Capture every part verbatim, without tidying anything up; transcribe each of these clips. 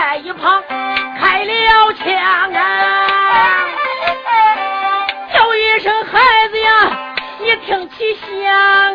在一旁开了枪啊，叫一声孩子呀，你听其响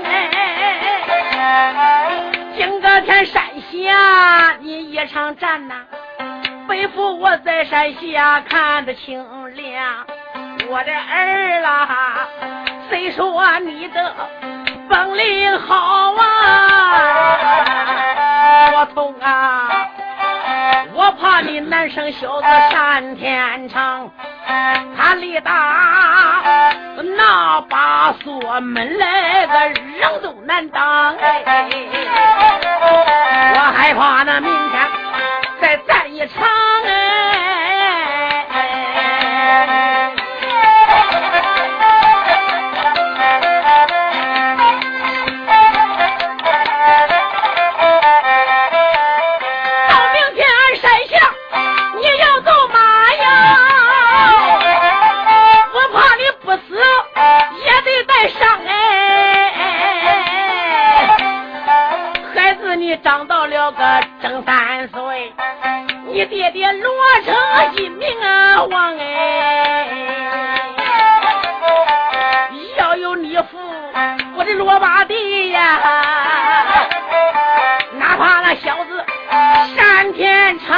哎，今个天山下你一场战呐、啊，背负我在山下看得清亮，我的儿啦，虽说你的本领好啊，我痛啊，我怕你难生小子上天长，他力大那把锁门来个人都难当哎，我害怕那明天再战一场哎，到明天山下你要走马呀，我怕你不死也得带上哎，孩子你长到了个正三岁，你爹爹罗成一名啊王哎，要有你父我的罗八弟呀，哪怕那小子山天长，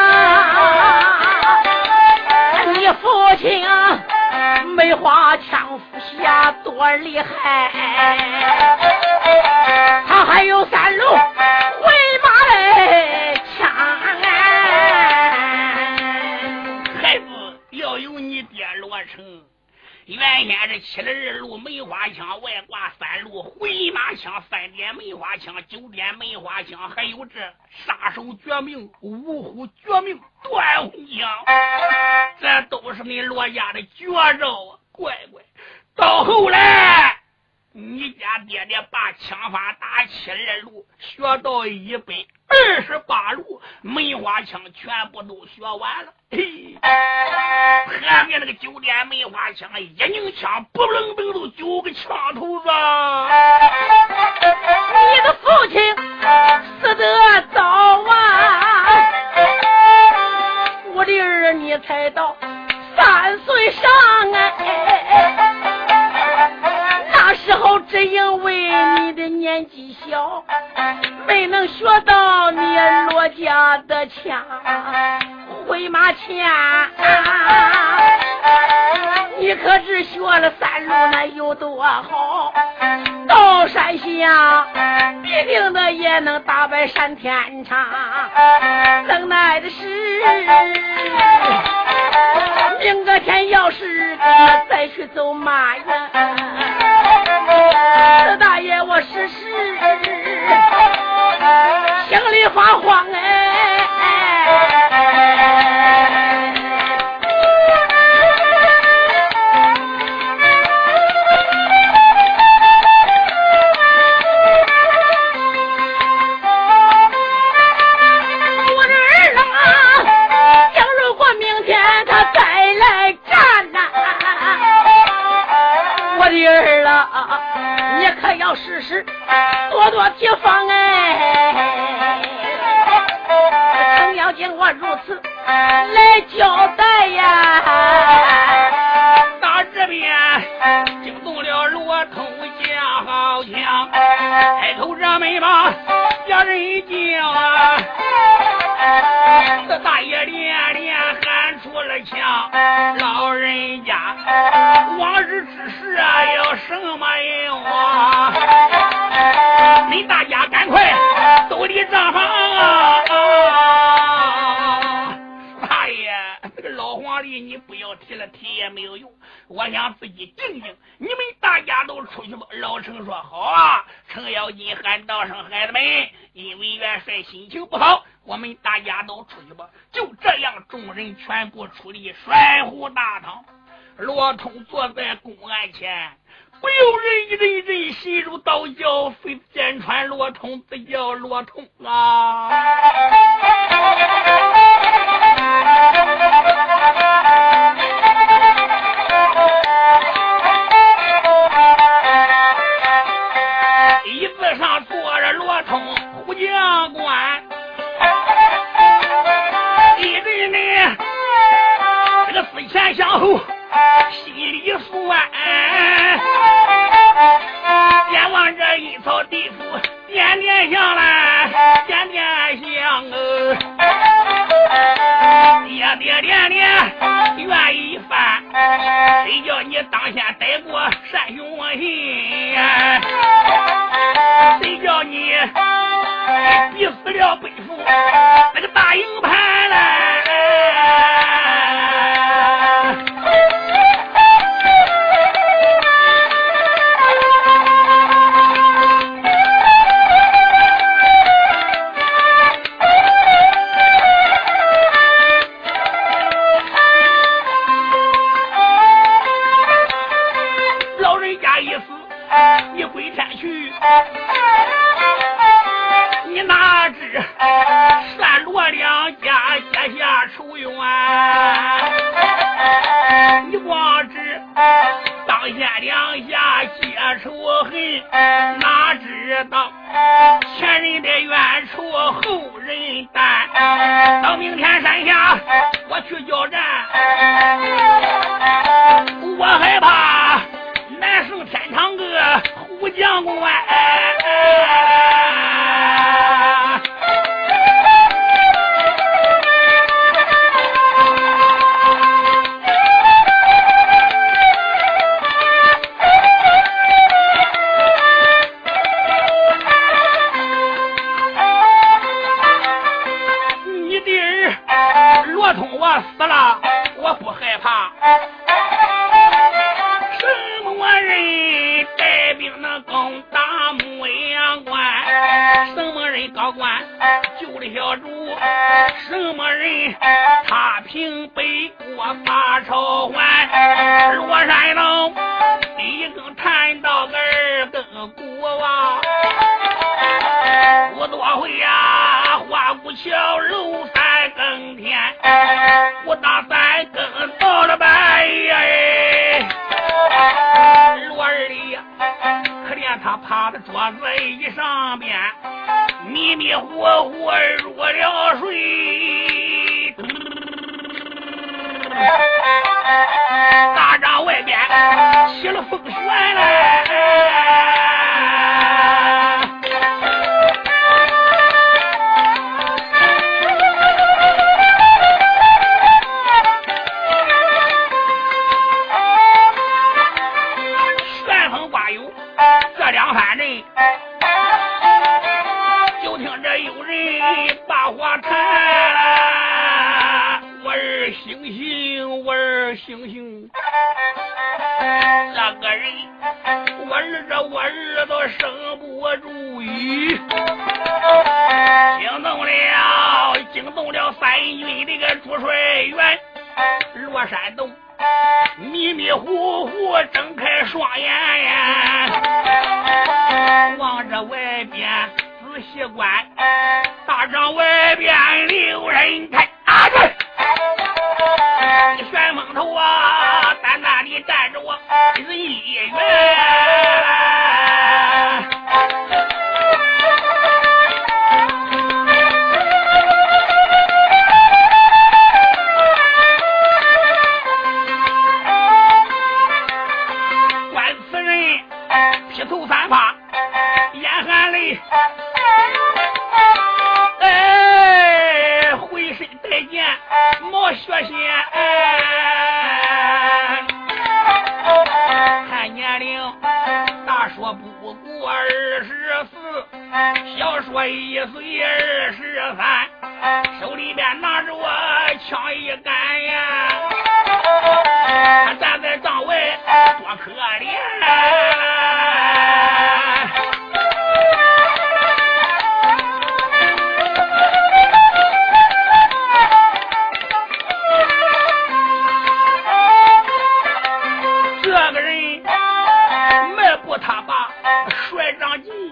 你父亲啊梅花枪斧下多厉害，他还有三路回马来枪哎， 孩子要有你爹罗成，原先是七十二路梅花枪，外挂三路回马枪，三点梅花枪，九点梅花枪，还有这杀手绝命五虎绝命断魂枪，这都是你罗家的绝招啊！乖乖，到后来你家爹爹把枪法打七十二路学到一百二十八路，梅花枪全部都学完了。嘿，旁边那个九点梅花枪一拧枪，不楞登都九个枪头子。 你的父亲死得早啊，我的儿你才到三岁上哎，那时候只因为你的年纪小，没能学到你罗家的枪回马枪，你可知学了三路那有多好，到山下必定的也能打败山天长，等待的是明个天要是个再去走马呀，四大爷我时时心里发慌哎，我的儿啊，假如果明天他再来战呐、我的儿啊，你可要试试多多提防哎，程咬金我如此来交代呀。 打这边惊动了罗头家好枪，开口这没把叫人叫啊，这大爷连连喊出了枪，老人家往日之事啊要什么用啊，你大家赶快都离账房啊！大爷，这个老黄历你不要提了，提也没有用，我想自己静静，你们大家都出去吧。老程说好啊，程咬金喊道声孩子们，因为元帅心情不好，我们大家都出去吧。就这样，众人全部出离帅府大堂。罗通坐在公案前，不由人一阵一阵心如刀绞，非剑穿罗通，自叫罗通啊！椅子上坐着罗通，虎将官， 前向后心里酸，眼望着阴曹地府点点香来，点点香哦，爹爹爹爹愿意翻，谁叫你当先逮过单雄信，谁叫你逼死了背负那个大营盘来。你归天去，你哪知山罗两家结下仇怨，你光知当先两下结仇恨，哪知道前人的冤仇后人担。到明天山下我去交战，我害怕南胜天长个胡将官，你弟儿罗通我死了，我不害怕。什么人带兵能攻打牧羊关？什么人高官救了小主？什么人他平北国把朝还？罗山洞一更谈到个二更鼓啊，不多会呀，花鼓桥楼三更天，我打三更到了半夜。罗二里可怜他趴在桌子椅上边，迷迷糊糊入了睡。大帐外边起了风旋来，这两番人就听着有人把话谈，我儿醒醒，我儿醒醒，这个人我儿子我儿子生不如语，惊动了惊动了三军这个主帅员罗山洞，迷迷糊糊睁开双眼呀，望着外边仔细观，大帐外边有人看啊！对，你旋风头啊，淡淡地站着我人一员。披头散发，眼含泪，哎，浑身带剑，毛血线，看年龄，大说不过二十四，小说一岁二十三，手里边拿着我枪一杆呀，他站在帐外多可怜。这个人迈步他把甩张进，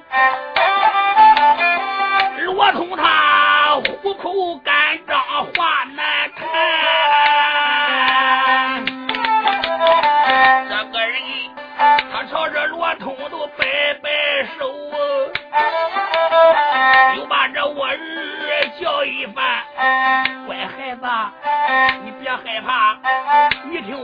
罗通他虎口干张话难谈。这个人他朝着罗通都摆摆手，又把这我儿叫一番，乖孩子，你别害怕，你听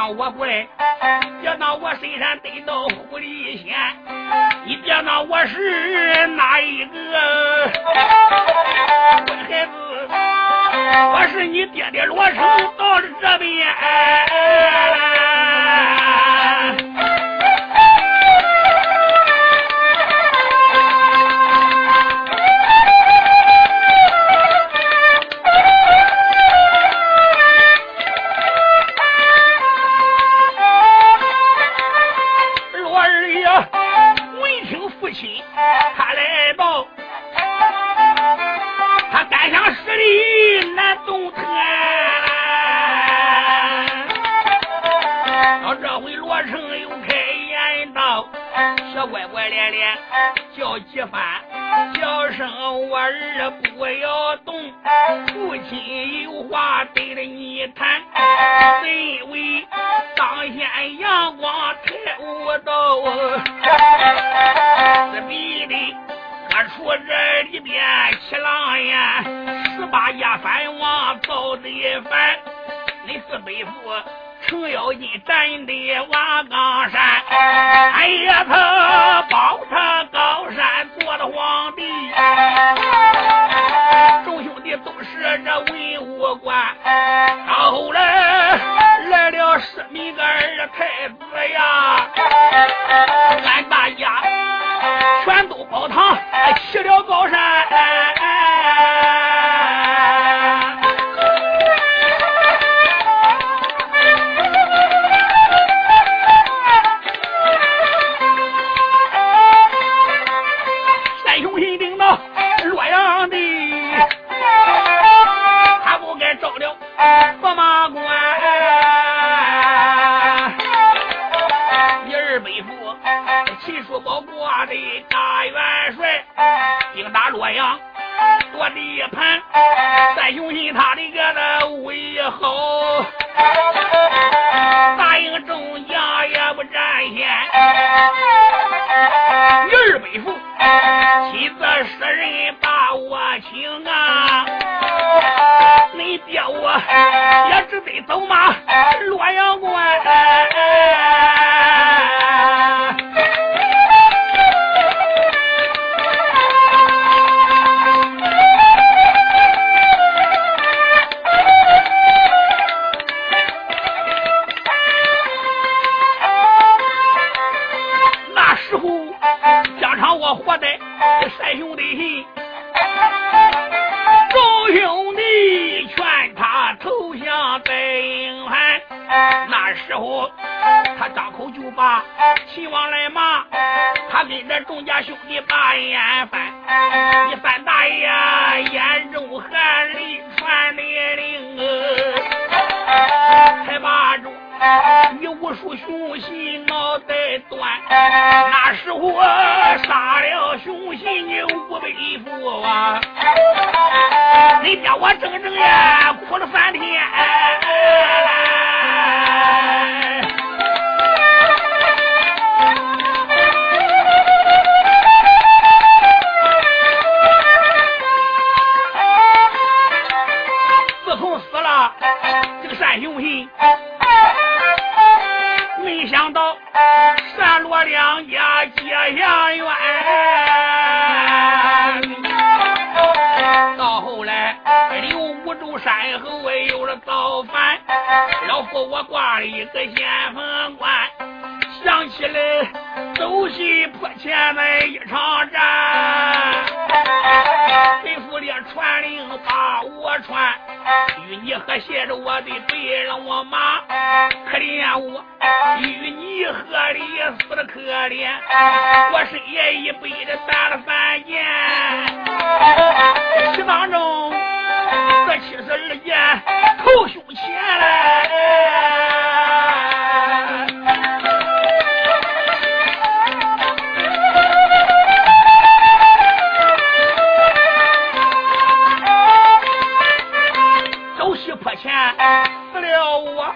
当我怪，别当我身上得到狐狸仙，你别当我是哪一个乖孩子，我是你爹爹罗成到了这边。小乖乖连连叫几番，叫声我儿不要动，父亲有话对着你谈，因为当先阳光太无道，是逼的各处这里边七郎呀，十八家反王造的反，你是北父程咬金站的瓦岗山，哎呀，他保他高山做了皇帝，众兄弟都是这文武官，到后来来了十米个儿太子呀，俺大家全都保堂起了高山。多地盘，三雄心他的个的为好，大营众将也不占先。二北父妻子十人把我请啊，你爹我也只得走马洛阳关。活在三兄弟心，众兄弟劝他投降在营盘。那时候他张口就把秦王来骂，他跟着众家兄弟把眼翻，你范大爷眼中含泪传来令，才把住你无数雄心脑袋断。那时候杀了雄心你无背负啊，你叫我整整呀哭了三天。自从死了这个单雄心，没想到单罗两家结下冤，到后来刘武周山后有了造反，老夫我挂了一个先锋官，想起来走西坡前的一场战，北府列传令把我传，与你和谐着我的背让我马，可怜我与你和里死的可怜，我身也一辈子担了三件，其当中这七十二件头胸前来。走西坡前死了我，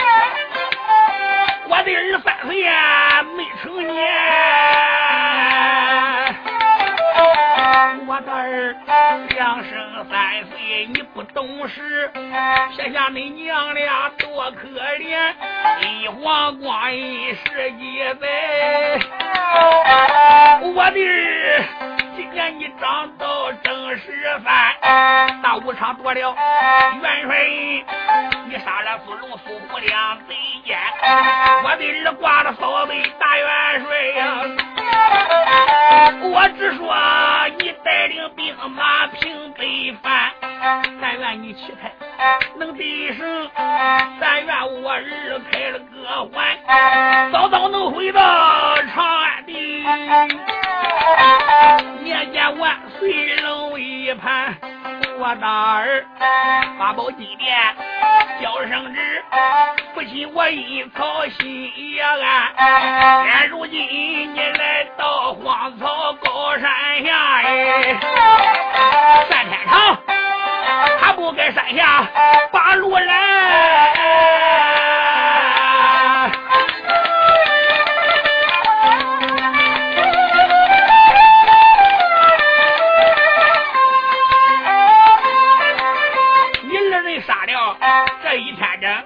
我的儿三岁呀没成年，我的儿两声三岁，你不懂事，撇下你娘俩多可怜，一晃光阴十几岁，我的今年你长到正十三，大武昌夺了元帅，你杀了苏龙苏虎两贼奸，我的儿挂了扫北大元帅呀、啊！我只说你带领兵马平北藩，但愿你气派能得胜，但愿我儿开了个环，早早能回到长安的面见万岁龙一盘。我大儿八宝金殿叫圣旨，父亲我因操心也安。现如今你来到荒草高山下，哎，单天长他不该山下把路来。这一天着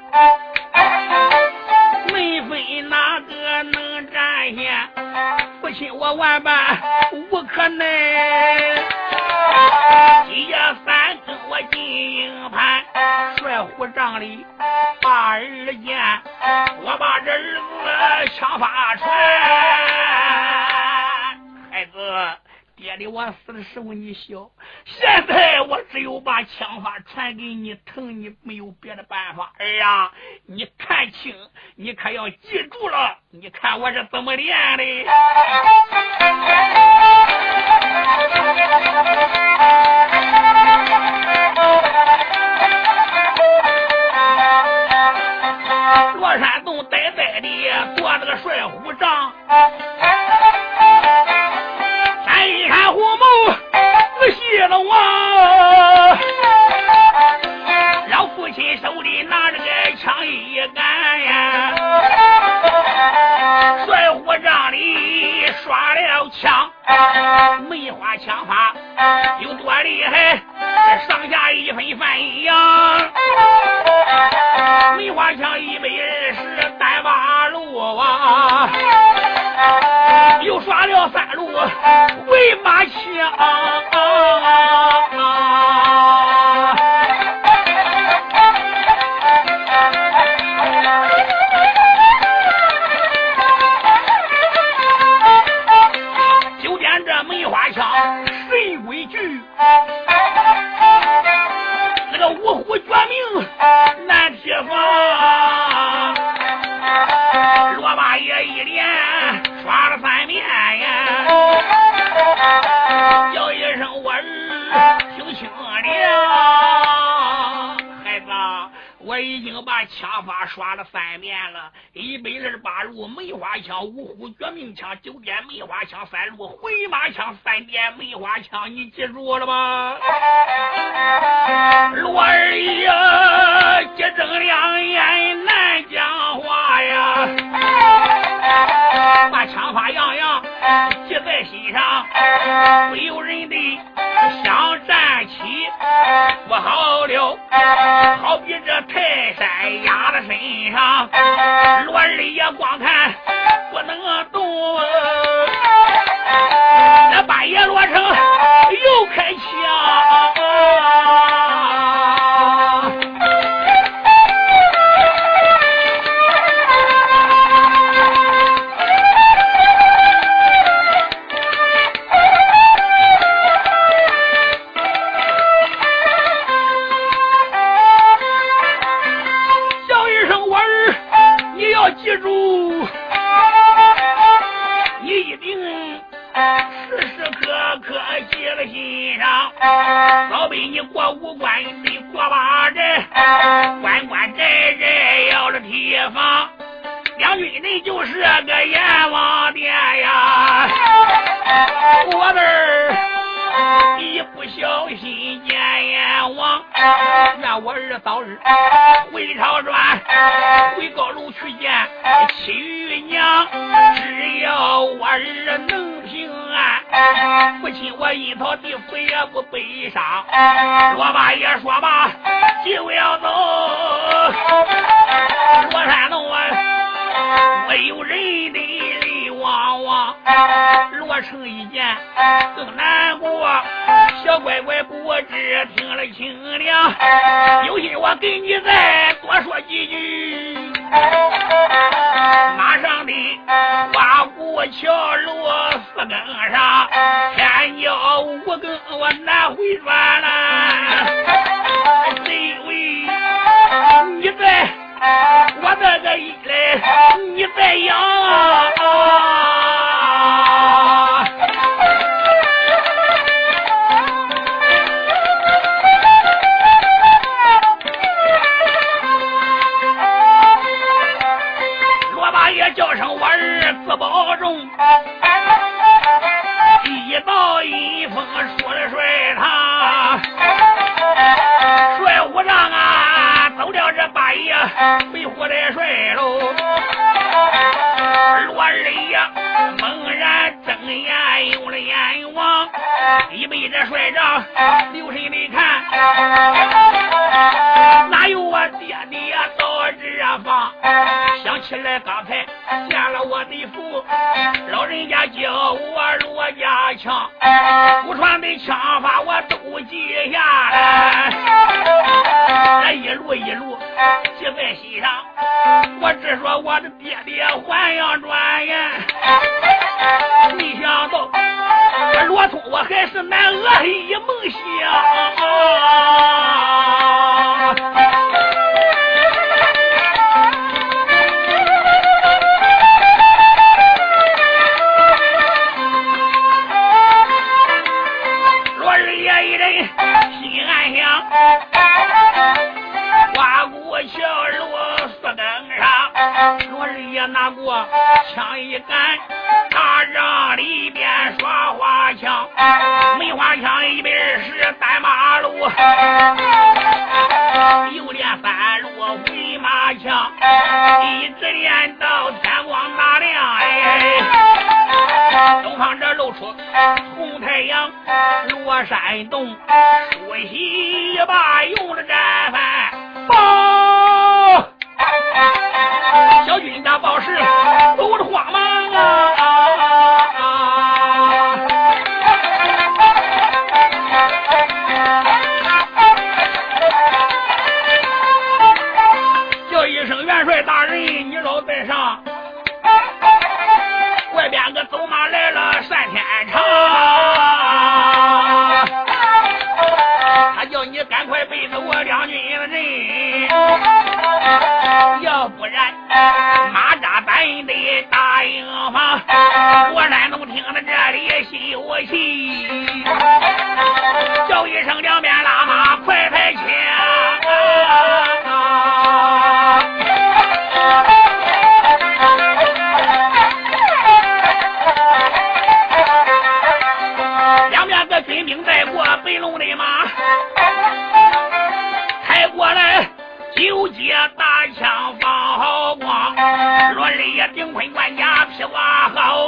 没分哪个能占先，父亲我万般无可奈，一夜三更我进营盘，帅虎帐里把儿见，我把这儿子枪法传，孩子爹的我死的时候你小，现在我只有把枪法传给你，疼你没有别的办法。儿啊，你看清，你可要记住了，你看我是怎么练的。落山洞呆呆的做了个帅虎帐，一看虎目仔细了我，老父亲手里拿着个枪一杆呀，帅虎帐里刷了枪，梅花枪法有多厉害，上下一分翻一样，梅花枪一百二十单八路啊，又刷了三路回马枪、啊啊啊、就点这梅花枪神规矩，那个五虎绝命难提防，罗八爷一连刷了三遍呀，叫一声我儿听清了，孩子，我已经把枪法刷了三遍了，一百二十八路梅花枪，五虎绝命枪，九点梅花枪，三路回马枪，三点梅花枪，你记住了吗？罗二爷结睁两眼难讲话呀，把枪法样样记在心上，不由人的想站起不好了，好比这泰山压在身上，罗二爷光看不能动，那半夜罗成又开枪，记住，你一定时时刻刻记在心上。早被你过五关得过八寨，关关寨寨要是提防，两军人就是个阎王殿呀。我的儿一不小心见阎王，让我儿早日回朝转，回高楼去见七玉娘，只要我儿能平安， 父亲我一头地府也不悲伤。罗八爷说吧，就要走。罗山洞啊，我有人的泪汪汪。罗成一见更难过，小乖乖不知听了清凉，有心我给你再多说几句。马上的花鼓桥落四更上，天叫五更我难回转了。这位你在我这个一来你在养叫声我儿子保重，一道阴风说了帅他帅武让啊，走了这八爷被活的帅喽。罗二爷猛然睁眼用了眼望，一被这帅帐留神的看，哪有我爹爹呀到这方？想起来刚才见了我的父，老人家叫我罗家强，祖传的枪法我都记下来，这一路一路记在心上。我只说我的爹爹还阳转眼，没想到罗通我还是难恶黑梦想。心暗想，花鼓桥落四更上，罗二爷拿过枪一杆，他让里边耍花枪，梅花枪一边是单马路，右练三路回马枪，一直练到天光大亮。哎，东方这露出红太阳，罗山洞梳洗一把用了战饭报，小军家报事都是慌忙啊，叫一声元帅大人你老在上，外边个走马来了单天长，他叫你赶快背着我两军的人，要不然马扎咱得大营房。我山东听到这里心有气，叫一声两边拉马快抬枪啊，两边个军兵带过北龙的马，开过来九节大枪放好光，罗二爷顶盔冠甲披瓦好，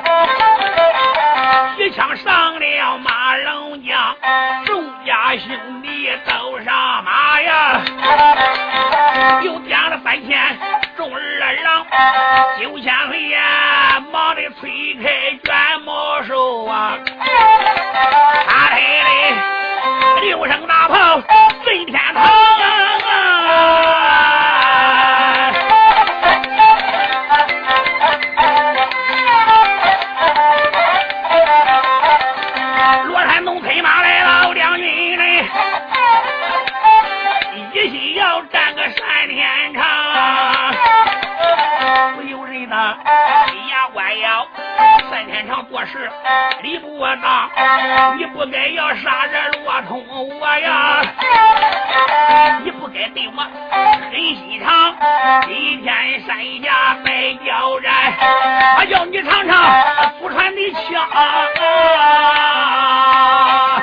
一枪上了马龙江，众家兄弟都上马呀，又点了三千众二郎，九千回呀忙得推开卷毛手啊，他开的六声大炮震天堂啊，罗山东催马来了两军人，一心要战个山天长，不有人呢牙关咬，三天长做事理不当，你不该要杀这罗通我呀，你不该对我狠心肠，一天山下再交战，我叫你尝尝祖传的枪啊，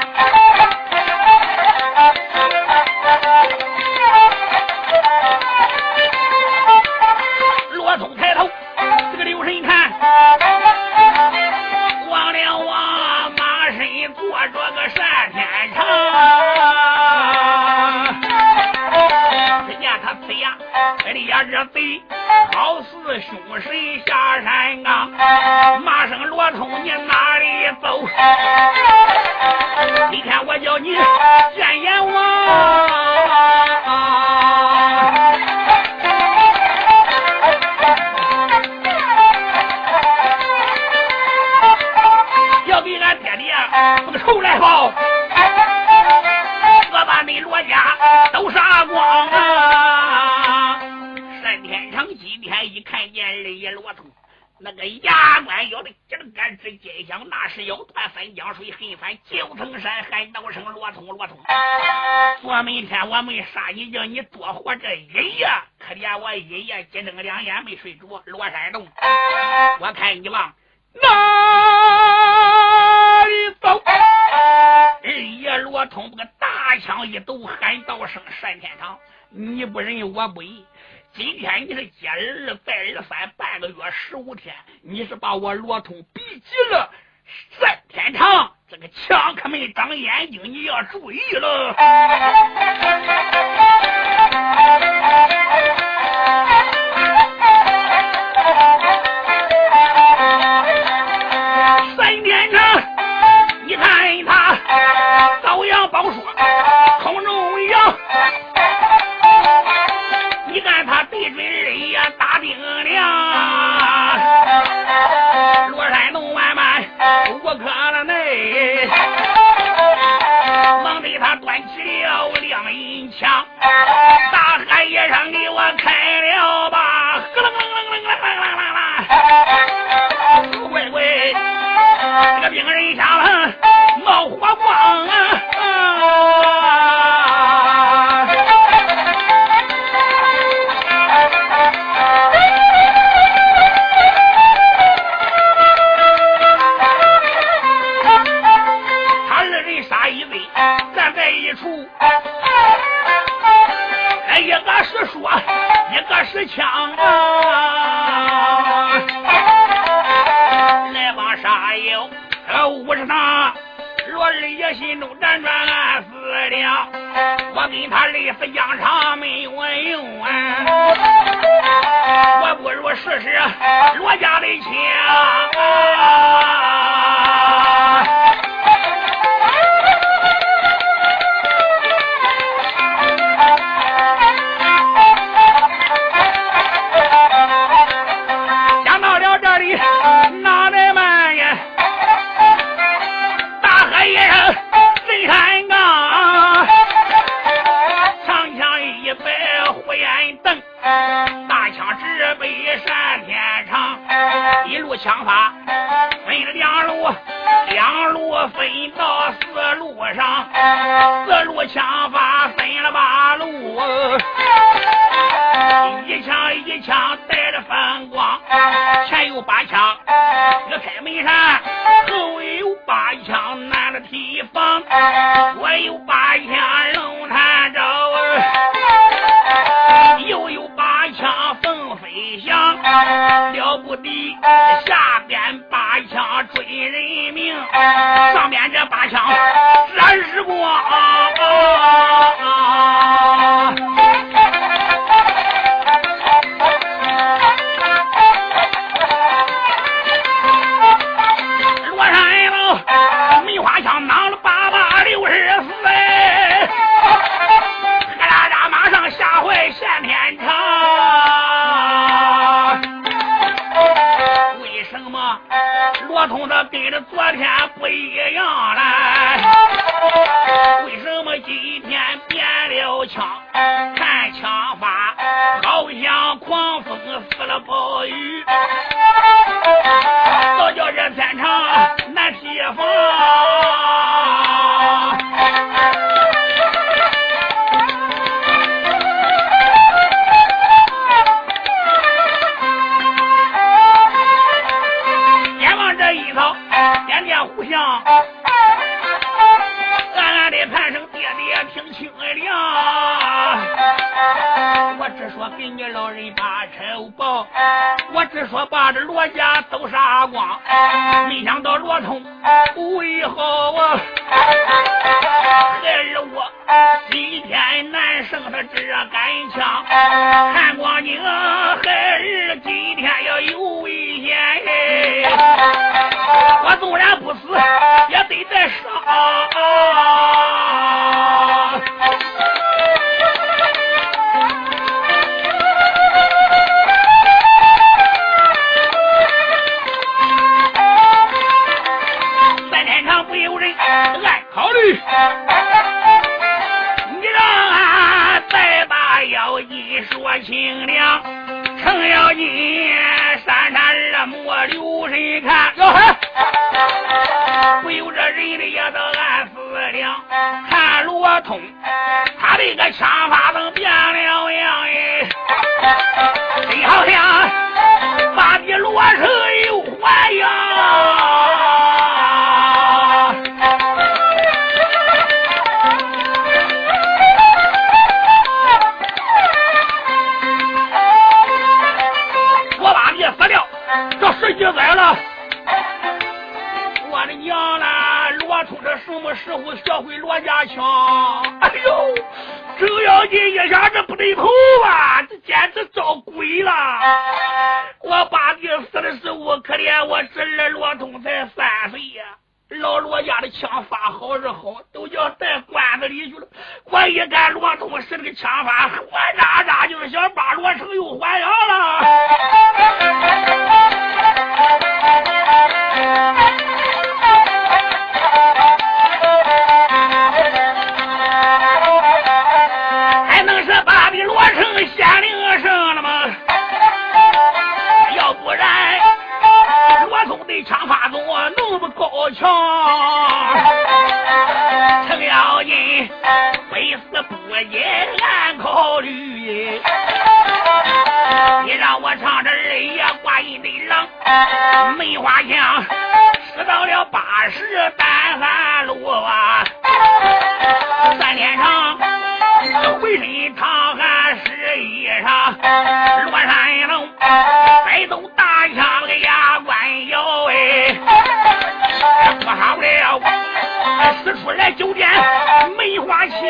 罗通抬头这个留神看，望了望下山岗，骂声罗通你哪里走？今天我叫你见阎王，要给俺爹爹报仇来报，我把你罗家都杀光啊！单天长今天一看见二爷罗通，那个牙关咬的紧赶直尖响，那是要断三江水，恨翻九层山，喊道声罗通罗通。昨明天我没杀你，叫你多活这一夜，可怜我一夜鸡睁两眼没睡着。罗山洞，我看你往哪里走？二爷罗通把个大枪一抖，喊道声单天长，你不仁我不义。今天你是接二再二三半个月十五天，你是把我罗通逼急了。单天长，这个枪可没长眼睛，你要注意了。单天长，你看他遭殃报说空中摇，你看他对准二爷打定量，罗山洞慢慢我可了内，猛对他端起了亮银枪，大喊一声给我开了吧，呵楞楞楞楞楞楞楞楞，乖乖，这个病人下了冒火光啊！一个是说，一个是枪啊！来帮杀友，呃，五十堂，罗二爷心中辗转暗思量，我跟他累死疆场没有用啊！我不如试试罗家的枪啊！哪来慢呀？大海一声震山岗，长枪一摆火焰灯，大枪直奔山天长，一路枪法分了两路，两路分到四路上，四路枪法分了八路，一枪一枪带着反光，前有八枪这开门山，后有八枪南了提防，我有八枪龙潭招，又有八枪凤飞翔，了不得下边八枪追人命，上边这八枪闪日光啊啊啊！梅花枪囊了八八六十四，哎，哈啦啦马上吓坏县天长。为什么罗通的跟着昨天不一样了？为什么今天变了枪？看枪法好像狂风撕了暴雨，都叫这天长难提防。眼望这一套点点互相，暗暗的盼声爹爹听清亮。我只说给你老人把仇报，我只说把这罗家都杀光，没想到罗通为好啊，害了我西天难胜他这杆枪，汉光景孩儿今天要有危险，我纵然不死也得再杀。三天长不有人爱考虑，你让俺再把妖精说清凉，程咬金山山二莫留神看，不由这人的也都暗思量，看罗通他这个枪法能变了样哎，真好像把你罗成又还呀。谁就来了？我的娘啦！罗通这什么时候学会罗家枪？哎呦，程咬金一下这不对头啊！这简直遭鬼了！我爸爹死的时候，可怜我侄儿罗通才三岁呀、啊。老罗家的枪法好是好，都叫带关子里去了。我一看罗通使这个枪法，我喳喳就是想把罗成又还阳了。还能是把你罗成显灵圣了吗？要不然罗通的枪法中那么高强，程咬金非死不也暗考虑，你让我唱这二爷挂印的狼梅花枪，使到了八十单三路啊，三天长浑身淌汗湿衣裳，罗山龙摆动大枪的牙关腰哎，不好了，使出来九点梅花枪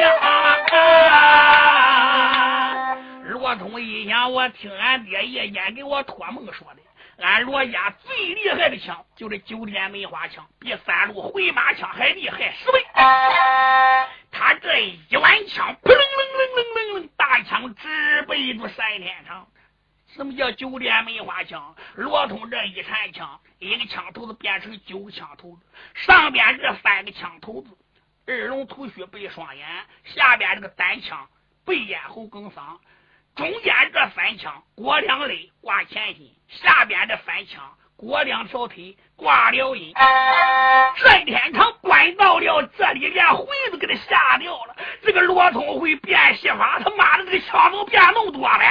啊！罗通一想，我听俺爹夜间给我托梦说的，俺罗家最厉害的枪就这九点梅花枪，比三路回马枪还厉害十倍。他这一弯枪，砰楞楞楞楞楞，大枪直背住三天长。什么叫九点梅花枪？罗通这一缠枪，一个枪头子变成九个枪头子，上边这三个枪头子，二龙吐须背双眼，下边这个单枪背咽喉梗嗓，中间这三枪裹两肋挂前心，下边这三枪裹两条腿挂了阴。单天长关到了这里，连回都给他吓掉了。这个罗通会变戏法，他妈的这个枪都变那么多了。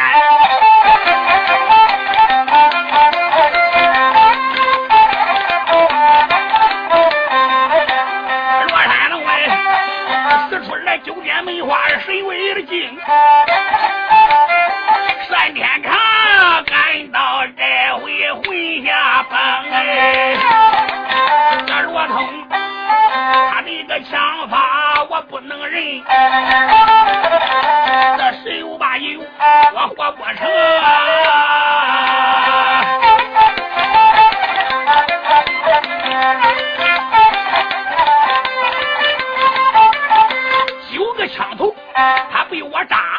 罗山龙哎，使出来九点梅花谁为了劲？单天长感到这回魂下崩哎，这罗通他的个枪法我不能认，这十有八九我活不成九个枪头他被我扎，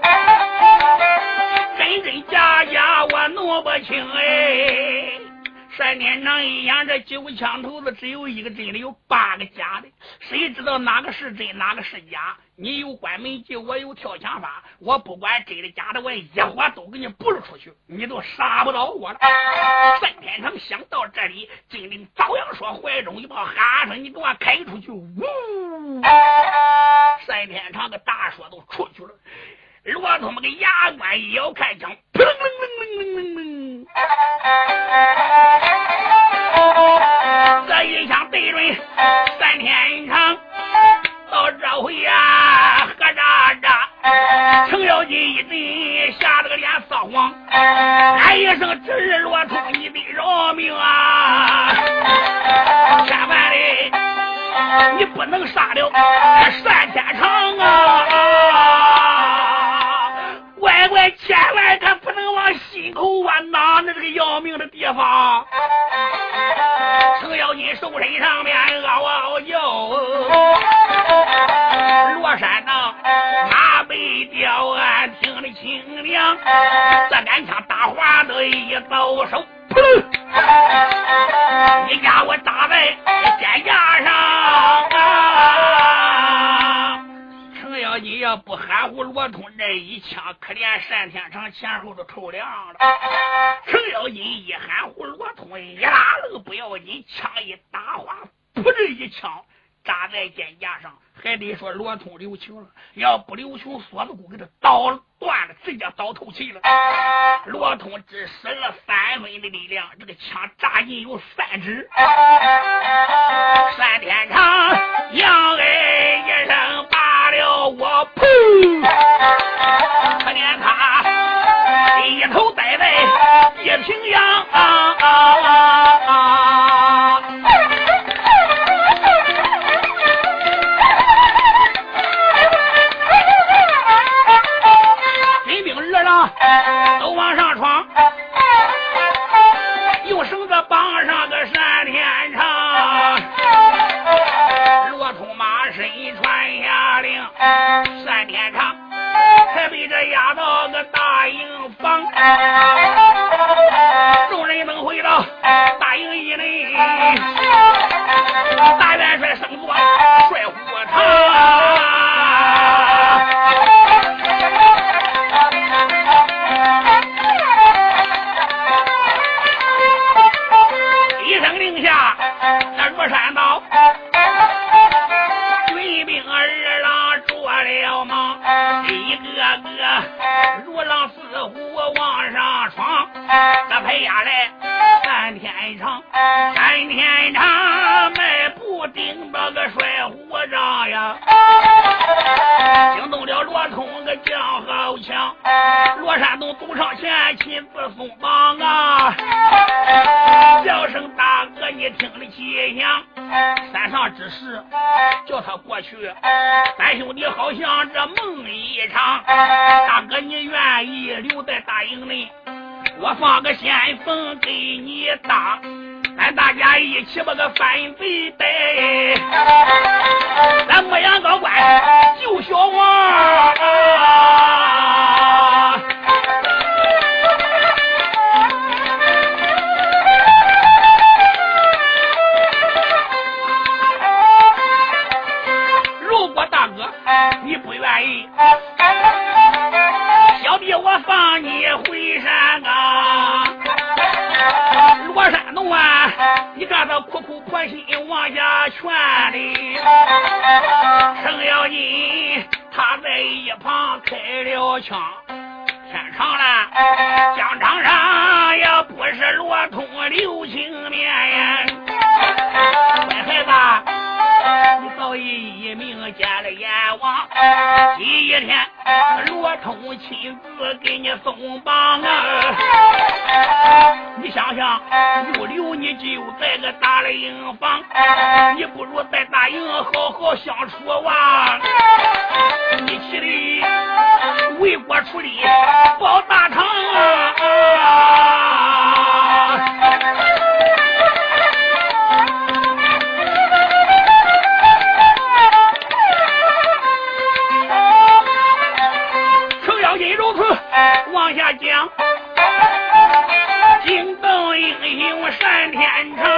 真真假假我弄不清哎。单天长一样，这九个枪头子只有一个真的，有八个假的，谁知道哪个是真哪个是假？你有关门技，我有跳枪法，我不管真的假的，我一伙都给你布了出去，你都杀不到我了。单天长想到这里，金陵照样说怀中一抱喊声，你给我开出去！呜！单天长个大说都出去了。罗通们个牙关一咬开枪，砰楞楞楞楞楞，这一枪对准单天长，到这回呀，何喳喳，程咬金一阵吓得个脸色黄，喊一声侄儿罗通，你得饶命啊！千万的，你不能杀了单天长啊！乖乖，千万可不能往心口弯呐，那是个要命的地方。程咬金手身上面嗷嗷叫，罗山道马背吊鞍听得清凉，这杆枪打滑的一抖手，噗！你家我打在肩胛上啊！程咬金要不含糊罗通这一枪，可怜单天长前后都透亮了。程咬金一含糊罗通一拉楞不要紧，枪一打滑，噗这一枪扎在肩胛上，还得说罗通留情了，要不留情，锁子骨给他刀断了，直接刀透气了。罗通只使了三分的力量，这个枪扎进有三指。单天长扬哎一声罢了我，噗！可怜他一头栽在地平洋啊啊啊啊！军兵热了都往上闯，用绳子绑上个单天长，罗通马身传下令，单天长才被这押到个大营房，众人能回到大营以内，大元帅升座帅虎堂，一声令下，那罗山道军兵二郎着了忙，一个个如狼似虎往上闯，这陪下来单天长，单天长迈步顶到个帅虎帐呀，惊动了罗通个将好强，罗山东走上前亲自松绑啊，叫声大哥你听得气响，山上之事叫他过去，三兄弟好像这梦一场，大哥你愿意留在大营内，我放个先锋给你当，咱大家一起把个反贼逮，咱牧羊高官救小王啊！如果大哥你不愿意，小弟我放你回山岗。罗山东啊，你看他苦苦婆心往下劝的，程咬金他在一旁开了枪，天长了疆场上也不是罗通留情面，乖孩子你早已一命见了阎王，今一天罗通亲自给你松绑啊！你想想，又留你就在个大的营房，你不如在大营好好相处啊！一起的为国出力保大唐啊！程咬金如此往下讲，惊动英雄单天长，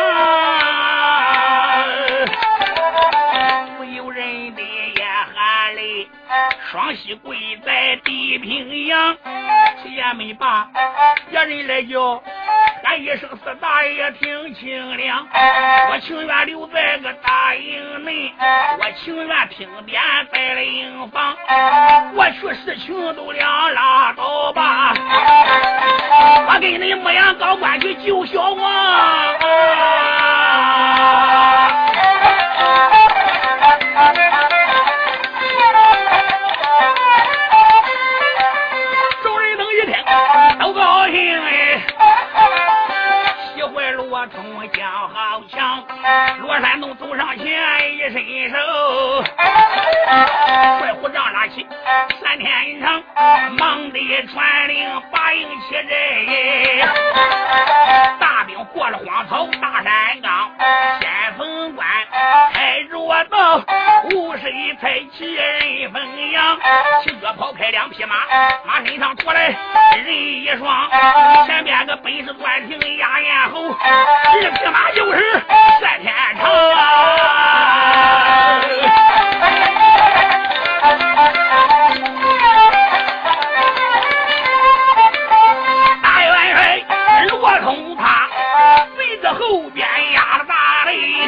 不由人的眼含泪，双膝跪在地平洋，谁也没把别人来叫，俺一声四大爷听清凉，我情愿留在个大营内，我情愿听点在了营房，过去事情都两拉倒吧，我给你牧羊高官去救小王啊！众人等一听都高兴哎，喜欢罗通中叫好强，罗山洞走上前一伸手，帅虎杖拉起三天长，忙得传令八营起阵，大兵过了荒草大山岗，先锋官开着道，无谁才起人风扬，骑脚跑开两匹马，马身上驮来人一双，前边个本是断庭压咽喉，一匹马就是三天长。大元帅罗通他随着后边压了大雷，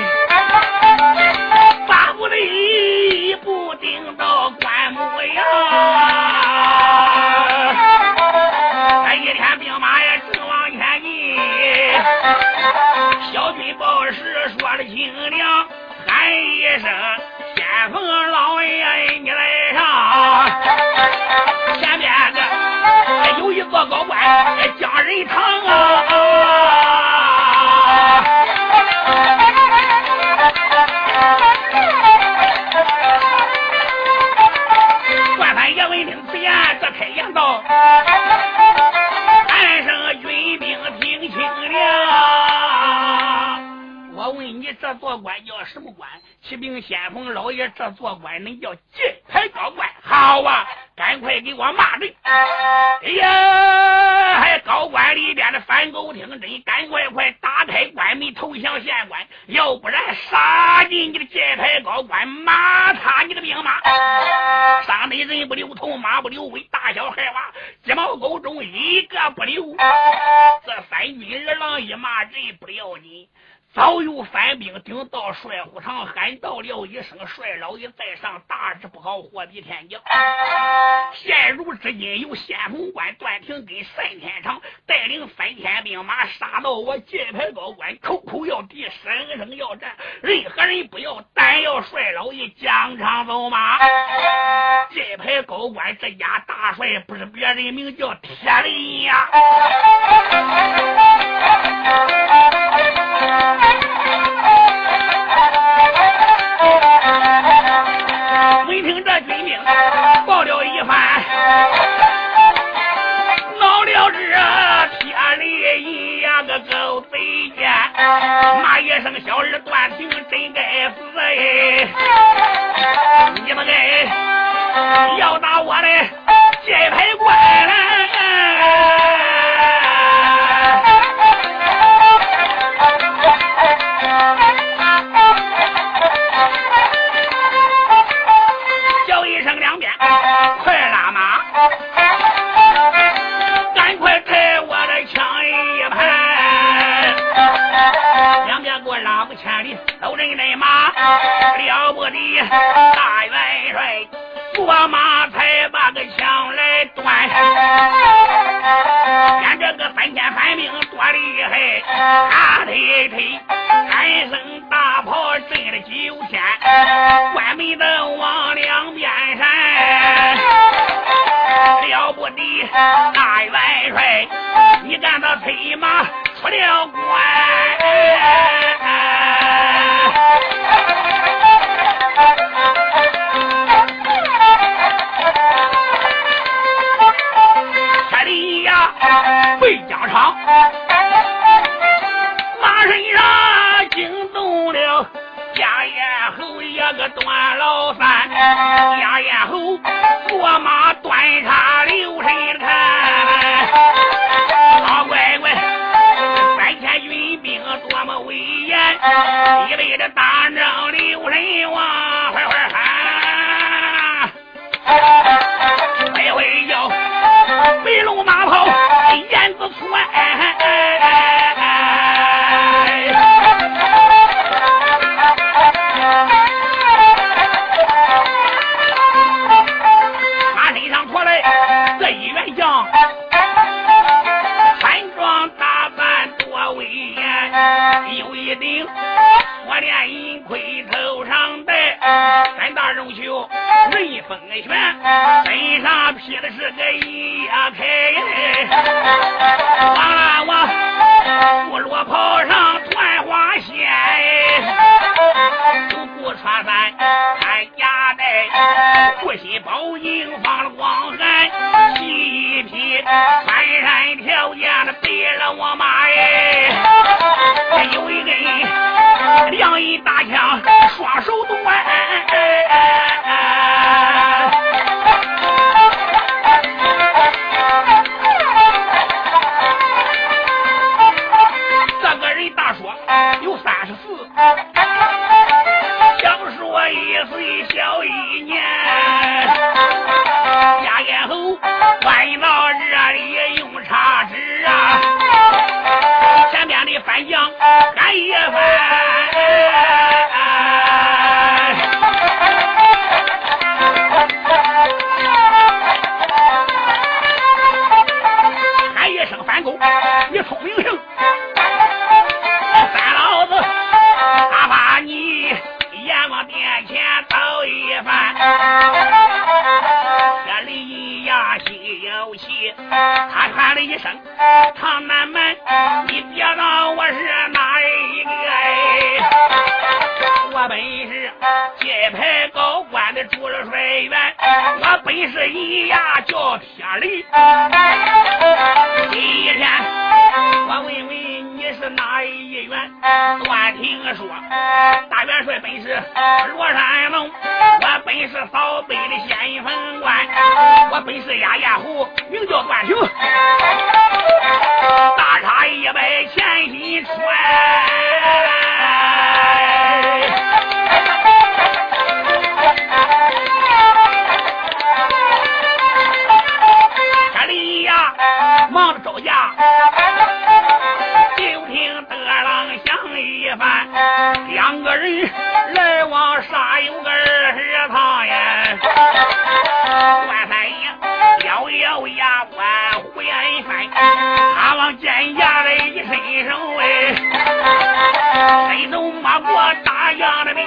八步的一步顶到关木崖，他一天兵马也正往前进，小军报时说了清凉，喊一声先锋老爷你来上，前面个有一座高关江人堂啊，官藩也闻听此言，这开言道，喊声军兵听清了，我问你这座官叫什么官？启禀先锋老爷，这座官能叫界牌高官。好啊，赶快给我骂人！哎呀，还高官里边的反狗听真，赶快快打开官门投降县官，要不然杀进你的界牌高官，骂他你的兵马。上面人不留头，马不留尾，大小孩娃鸡毛狗中一个不留。这三军二郎一骂人不要紧，早有反兵顶到帅虎堂，喊到了一声帅老爷在上，大事不好，祸比天降。现如至今有先锋官段廷跟单天长带领三千兵马杀到我界牌高官，口口要敌，声声要战，任何人不要，但要帅老爷疆场走马。界牌高官这家大帅不是别人，名叫铁林呀。闻听这军兵报了一番，闹了这铁林呀个狗贼奸，骂一声小儿断庭真该死哎！你们该要打我的界牌官叫一声两边快拉马，赶快抬我的枪一盘，两边给我拉不千里，都人来马了不得，大元帅坐马才把个枪来端，见这个三千反兵多厉害，他推推三声大炮震了九天，关门的往两边闪，了不得大元帅，你看他催马出了关，铁林呀背疆场，马身上惊动了压咽喉一个段老三，压咽喉坐马端茶留神看，好乖乖，三千军兵多么威严，一味的打仗留神望，快快喊，快快叫飞龙马炮燕子窜，马身上驮来这一员将，穿装打扮多威严，有一顶锁链银盔头上戴，三大绒袖人风旋，身上披的是个一呀开，完了我副罗袍上团说有三十四，小说一岁小一年，家宴后欢到这里用茶纸啊，前边的翻将赶一翻，喊一声反狗，你聪明性，三老子他把你阎王殿前走一番，这李呀心有气，他喊了一声唐南门，你别道我是哪一个哎，我本是界牌高官的主了水员，我本是一呀叫天理，今天我问问你是哪一员？断听说大元帅本是罗山龙，我本是扫北的先锋官，我本是压压虎，名叫段平，大差一百前心穿，这里呀忙着招架，就听德郎响一番，两个人来往杀有个二十趟呀，万三爷咬咬牙关回来翻，他往肩胛的一伸手哎，伸手摸过大将的面，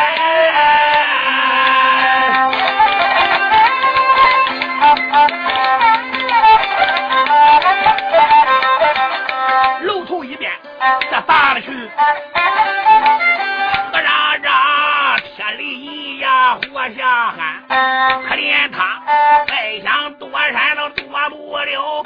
露头一遍这打了去，何喳喳天里一呀活下汗，可怜他再想躲闪都躲不了，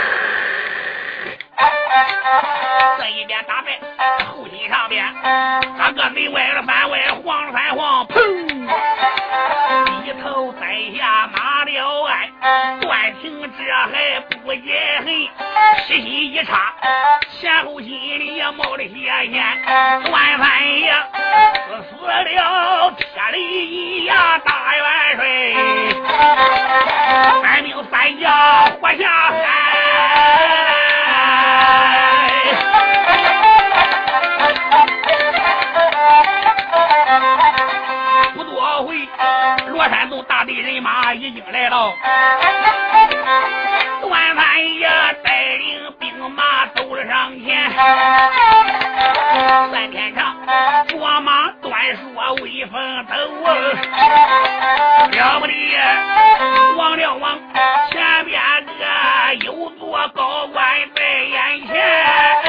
这一边打败后心上边，他个内外的反外晃三晃，砰一头栽下马了岸，断情这还不解恨，细细一插前后心里也冒了血线，断三爷死死了天里一呀大元帅，三兵三将活下海，不多会罗山洞大队人马已经来到，段三爷带领兵马走了上前，三天长坐马端说威风头了不得，王了王前边个有座高官在眼前，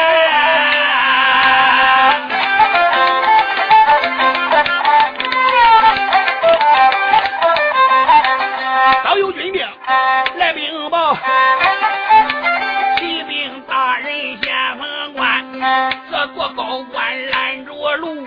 早有军兵来禀报，骑兵大人先锋官，这座高官拦着路，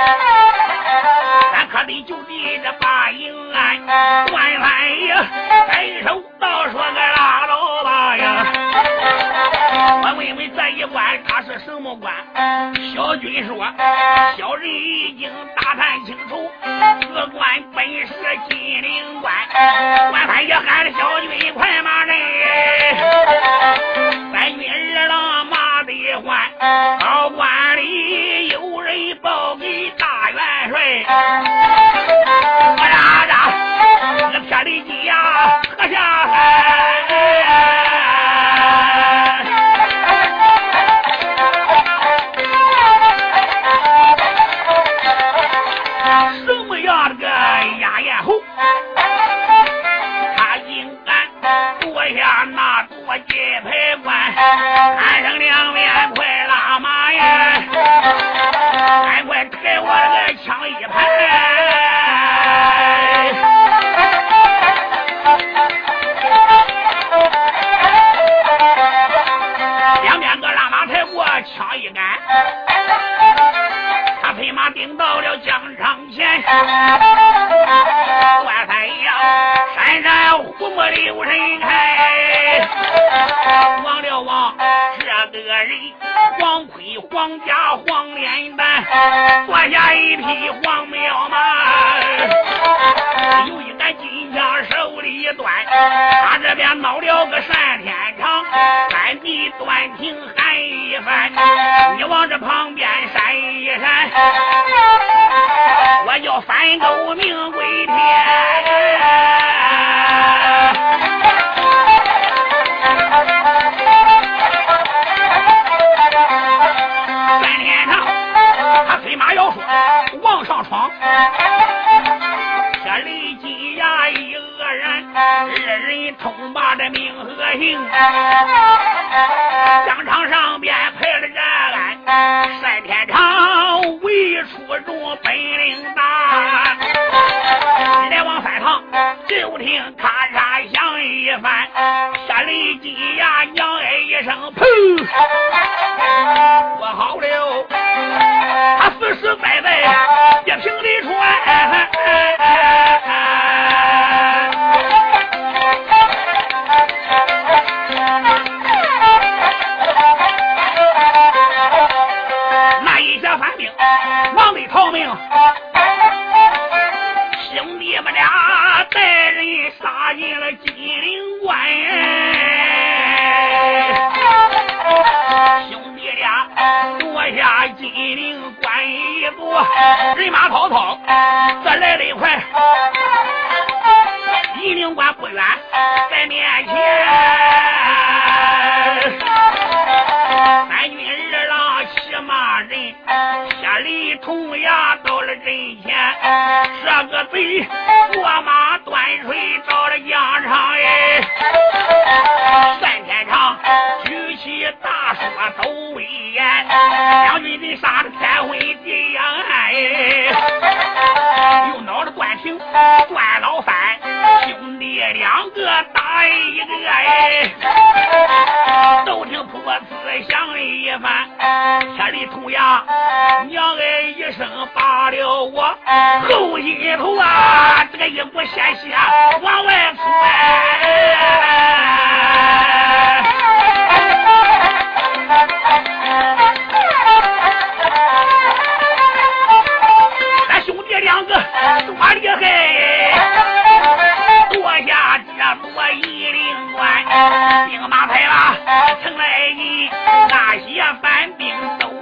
咱可得就地这把营安，段三爷伸手倒说个拉倒吧呀，我问问这一关他是什么官？小军说小人已经打探清楚，此官本是金陵官，段三爷喊了小军快马人，三军二郎马得换，高官里有人报给大元帅，我呀呀这天里鸡呀喝下海，什么样的个压咽喉，他竟敢夺下那座界牌关，喊声两面快拉马呀，赶快给我这个枪一排，两边个拉马抬过枪一杆，他飞马顶到了疆场前，段三爷闪闪虎目留神开，王了王这个人，黄盔黄甲黄脸蛋，坐下一匹黄骠马，有一杆金枪手里端，他这边闹了个单天长，三弟断情喊一番，你往这旁边闪一闪，我叫反狗命归天。三天长他飞马要说往上闯，这雷金牙一愕然，二人通把这命和姓，疆场上边配了这案，单天长为出众本领大，来往三趟就听咔嚓响一番，下雷金牙娘哎一声砰，我好了，他死死在在也平地穿。那一下反兵忙里逃命，兄弟们俩带人杀进了金陵关，兄弟俩夺下金陵关一座，人马滔滔，这来了一块金陵关不远在面前，三军二郎骑马人下里同牙到了阵前，这个贼坐马端水到了疆场哎，单天长举起大说都威严，两军人杀的天昏地阳哎，又恼着段平段老三兄弟两个打一个哎，都听破刺响一番，千里同牙娘哎一声罢了我后心头啊，这个一股鲜血往外出咱兄弟两个多厉害，夺下这座夷陵关，兵马派吧城来人，那些反兵都